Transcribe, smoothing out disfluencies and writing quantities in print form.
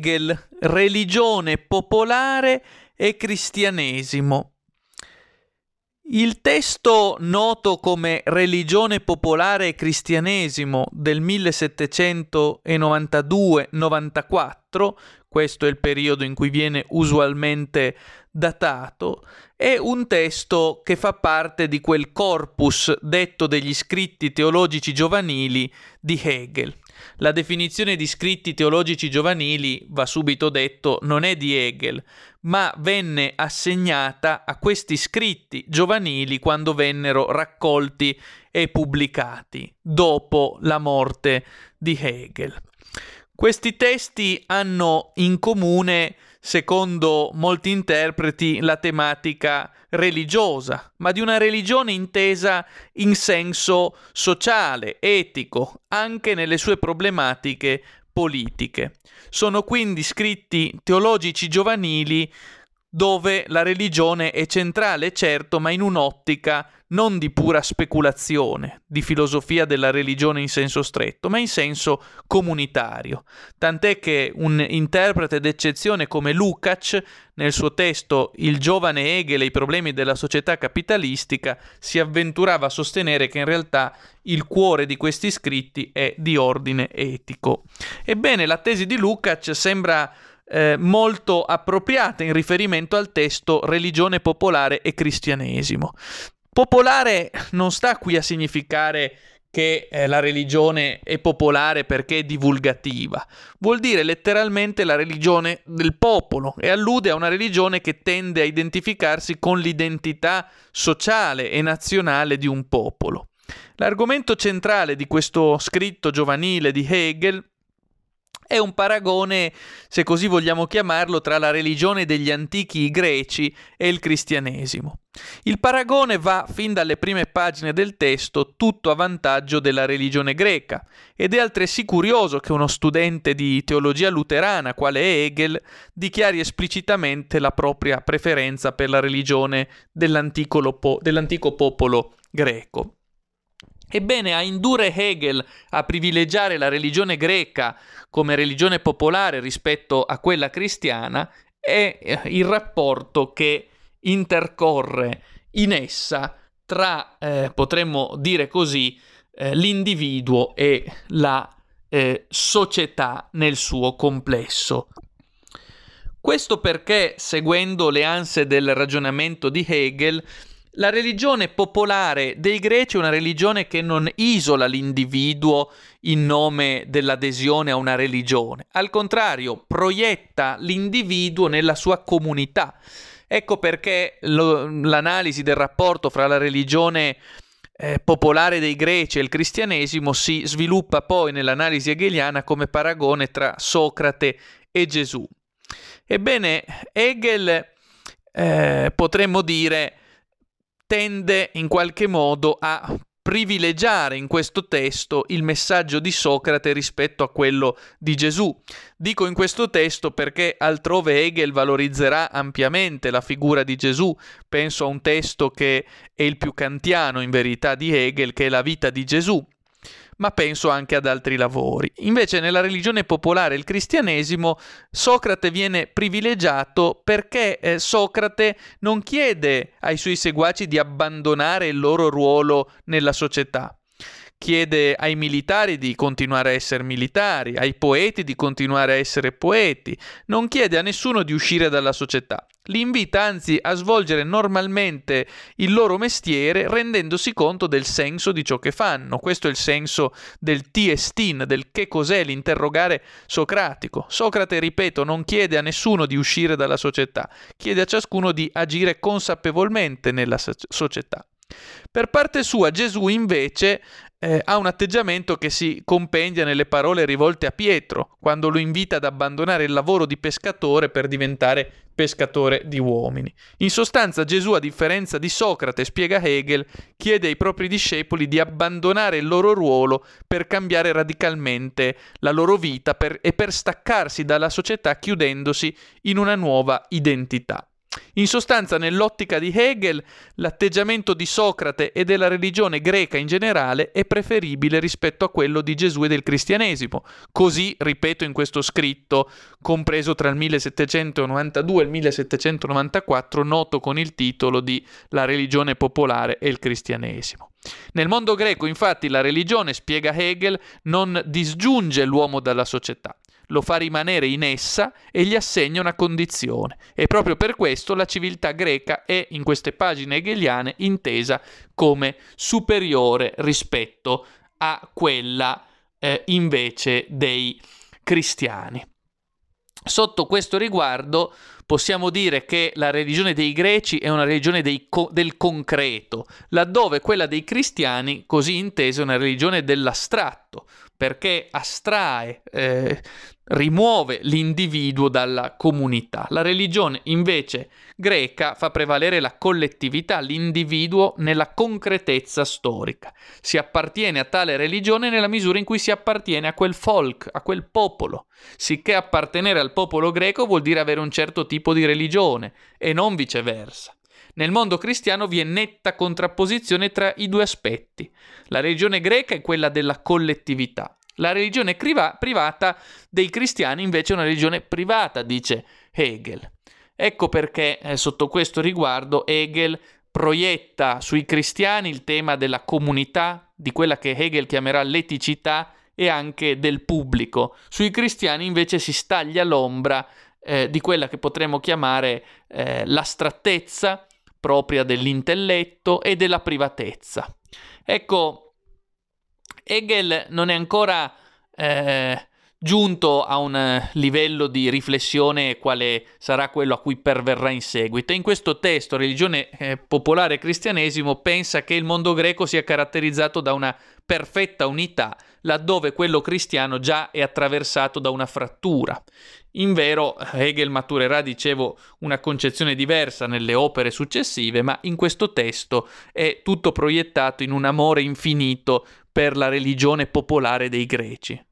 Hegel, religione popolare e cristianesimo. Il testo noto come Religione popolare e cristianesimo del 1792-94, questo è il periodo in cui viene usualmente datato, è un testo che fa parte di quel corpus detto degli scritti teologici giovanili di Hegel. La definizione di scritti teologici giovanili, va subito detto, non è di Hegel, ma venne assegnata a questi scritti giovanili quando vennero raccolti e pubblicati dopo la morte di Hegel. Questi testi hanno in comune, secondo molti interpreti, la tematica religiosa, ma di una religione intesa in senso sociale, etico, anche nelle sue problematiche politiche. Sono quindi scritti teologici giovanili dove la religione è centrale, certo, ma in un'ottica non di pura speculazione, di filosofia della religione in senso stretto, ma in senso comunitario. Tant'è che un interprete d'eccezione come Lukács, nel suo testo Il giovane Hegel e i problemi della società capitalistica, si avventurava a sostenere che in realtà il cuore di questi scritti è di ordine etico. Ebbene, la tesi di Lukács sembra molto appropriata in riferimento al testo Religione popolare e cristianesimo. Popolare non sta qui a significare che la religione è popolare perché è divulgativa. Vuol dire letteralmente la religione del popolo e allude a una religione che tende a identificarsi con l'identità sociale e nazionale di un popolo. L'argomento centrale di questo scritto giovanile di Hegel è un paragone, se così vogliamo chiamarlo, tra la religione degli antichi greci e il cristianesimo. Il paragone va fin dalle prime pagine del testo tutto a vantaggio della religione greca ed è altresì curioso che uno studente di teologia luterana, quale è Hegel, dichiari esplicitamente la propria preferenza per la religione dell'antico popolo greco. Ebbene, a indurre Hegel a privilegiare la religione greca come religione popolare rispetto a quella cristiana è il rapporto che intercorre in essa tra, potremmo dire così, l'individuo e la società nel suo complesso. Questo perché, seguendo le anse del ragionamento di Hegel, la religione popolare dei greci è una religione che non isola l'individuo in nome dell'adesione a una religione. Al contrario, proietta l'individuo nella sua comunità. Ecco perché l'analisi del rapporto fra la religione popolare dei greci e il cristianesimo si sviluppa poi nell'analisi hegeliana come paragone tra Socrate e Gesù. Ebbene, Hegel, potremmo dire, tende in qualche modo a privilegiare in questo testo il messaggio di Socrate rispetto a quello di Gesù. Dico in questo testo perché altrove Hegel valorizzerà ampiamente la figura di Gesù. Penso a un testo che è il più kantiano in verità di Hegel, che è la vita di Gesù, ma penso anche ad altri lavori. Invece nella religione popolare, il cristianesimo, Socrate viene privilegiato perché Socrate non chiede ai suoi seguaci di abbandonare il loro ruolo nella società. Chiede ai militari di continuare a essere militari, ai poeti di continuare a essere poeti, non chiede a nessuno di uscire dalla società. Li invita anzi a svolgere normalmente il loro mestiere rendendosi conto del senso di ciò che fanno. Questo è il senso del tiestin, del che cos'è l'interrogare socratico. Socrate, ripeto, non chiede a nessuno di uscire dalla società, chiede a ciascuno di agire consapevolmente nella società. Per parte sua Gesù invece ha un atteggiamento che si compendia nelle parole rivolte a Pietro, quando lo invita ad abbandonare il lavoro di pescatore per diventare pescatore di uomini. In sostanza Gesù, a differenza di Socrate, spiega Hegel, chiede ai propri discepoli di abbandonare il loro ruolo per cambiare radicalmente la loro vita e per staccarsi dalla società chiudendosi in una nuova identità. In sostanza, nell'ottica di Hegel, l'atteggiamento di Socrate e della religione greca in generale è preferibile rispetto a quello di Gesù e del cristianesimo. Così, ripeto, in questo scritto, compreso tra il 1792 e il 1794, noto con il titolo di La religione popolare e il cristianesimo. Nel mondo greco, infatti, la religione, spiega Hegel, non disgiunge l'uomo dalla società, lo fa rimanere in essa e gli assegna una condizione. E proprio per questo la civiltà greca è, in queste pagine hegeliane, intesa come superiore rispetto a quella invece dei cristiani. Sotto questo riguardo possiamo dire che la religione dei greci è una religione del concreto, laddove quella dei cristiani, così intesa, è una religione dell'astratto, perché astrae, rimuove l'individuo dalla comunità. La religione invece greca fa prevalere la collettività, l'individuo nella concretezza storica. Si appartiene a tale religione nella misura in cui si appartiene a quel folk, a quel popolo. Sicché appartenere al popolo greco vuol dire avere un certo tipo di religione e non viceversa. Nel mondo cristiano vi è netta contrapposizione tra i due aspetti. La religione greca è quella della collettività. La religione privata dei cristiani invece è una religione privata, dice Hegel. Ecco perché sotto questo riguardo Hegel proietta sui cristiani il tema della comunità, di quella che Hegel chiamerà l'eticità e anche del pubblico. Sui cristiani invece si staglia l'ombra di quella che potremmo chiamare l'astrattezza propria dell'intelletto e della privatezza. Ecco, Hegel non è ancora giunto a un livello di riflessione quale sarà quello a cui perverrà in seguito. In questo testo, Religione popolare e cristianesimo, pensa che il mondo greco sia caratterizzato da una perfetta unità, laddove quello cristiano già è attraversato da una frattura. Invero, Hegel maturerà, dicevo, una concezione diversa nelle opere successive, ma in questo testo è tutto proiettato in un amore infinito per la religione popolare dei greci.